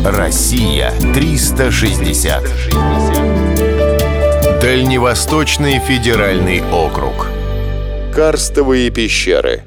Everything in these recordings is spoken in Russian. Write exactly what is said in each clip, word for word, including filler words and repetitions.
Россия триста шестьдесят. Дальневосточный федеральный округ. Карстовые пещеры.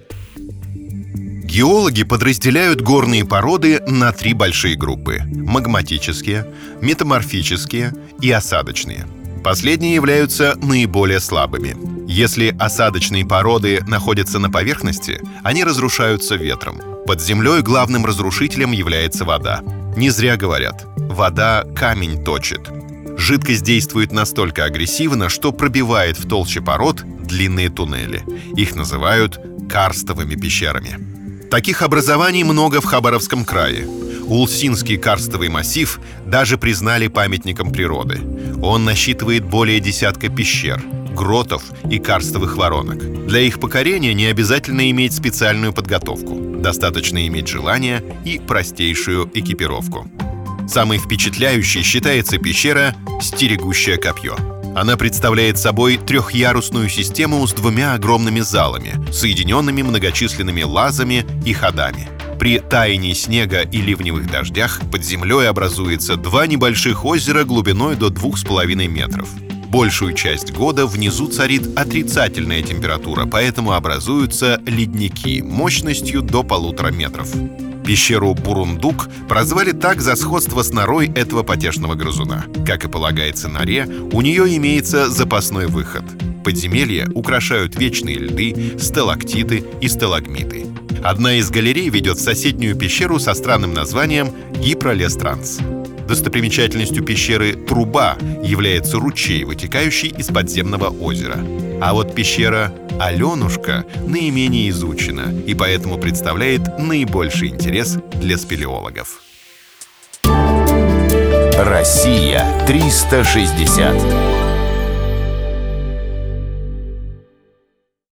Геологи подразделяют горные породы на три большие группы: магматические, метаморфические и осадочные. Последние являются наиболее слабыми. Если осадочные породы находятся на поверхности, они разрушаются ветром. Под землей главным разрушителем является вода. Не зря говорят: вода камень точит. Жидкость действует настолько агрессивно, что пробивает в толще пород длинные туннели. Их называют карстовыми пещерами. Таких образований много в Хабаровском крае. Улсинский карстовый массив даже признали памятником природы. Он насчитывает более десятка пещер, гротов и карстовых воронок. Для их покорения не обязательно иметь специальную подготовку. Достаточно иметь желание и простейшую экипировку. Самой впечатляющей считается пещера «Стерегущее копье». Она представляет собой трехъярусную систему с двумя огромными залами, соединенными многочисленными лазами и ходами. При таянии снега и ливневых дождях под землей образуется два небольших озера глубиной до двух с половиной метров. Большую часть года внизу царит отрицательная температура, поэтому образуются ледники мощностью до полутора метров. Пещеру Бурундук прозвали так за сходство с норой этого потешного грызуна. Как и полагается норе, у нее имеется запасной выход. Подземелье украшают вечные льды, сталактиты и сталагмиты. Одна из галерей ведет в соседнюю пещеру со странным названием Гипролестранс. Достопримечательностью пещеры Труба является ручей, вытекающий из подземного озера. А вот пещера Аленушка наименее изучена и поэтому представляет наибольший интерес для спелеологов. Россия триста шестьдесят.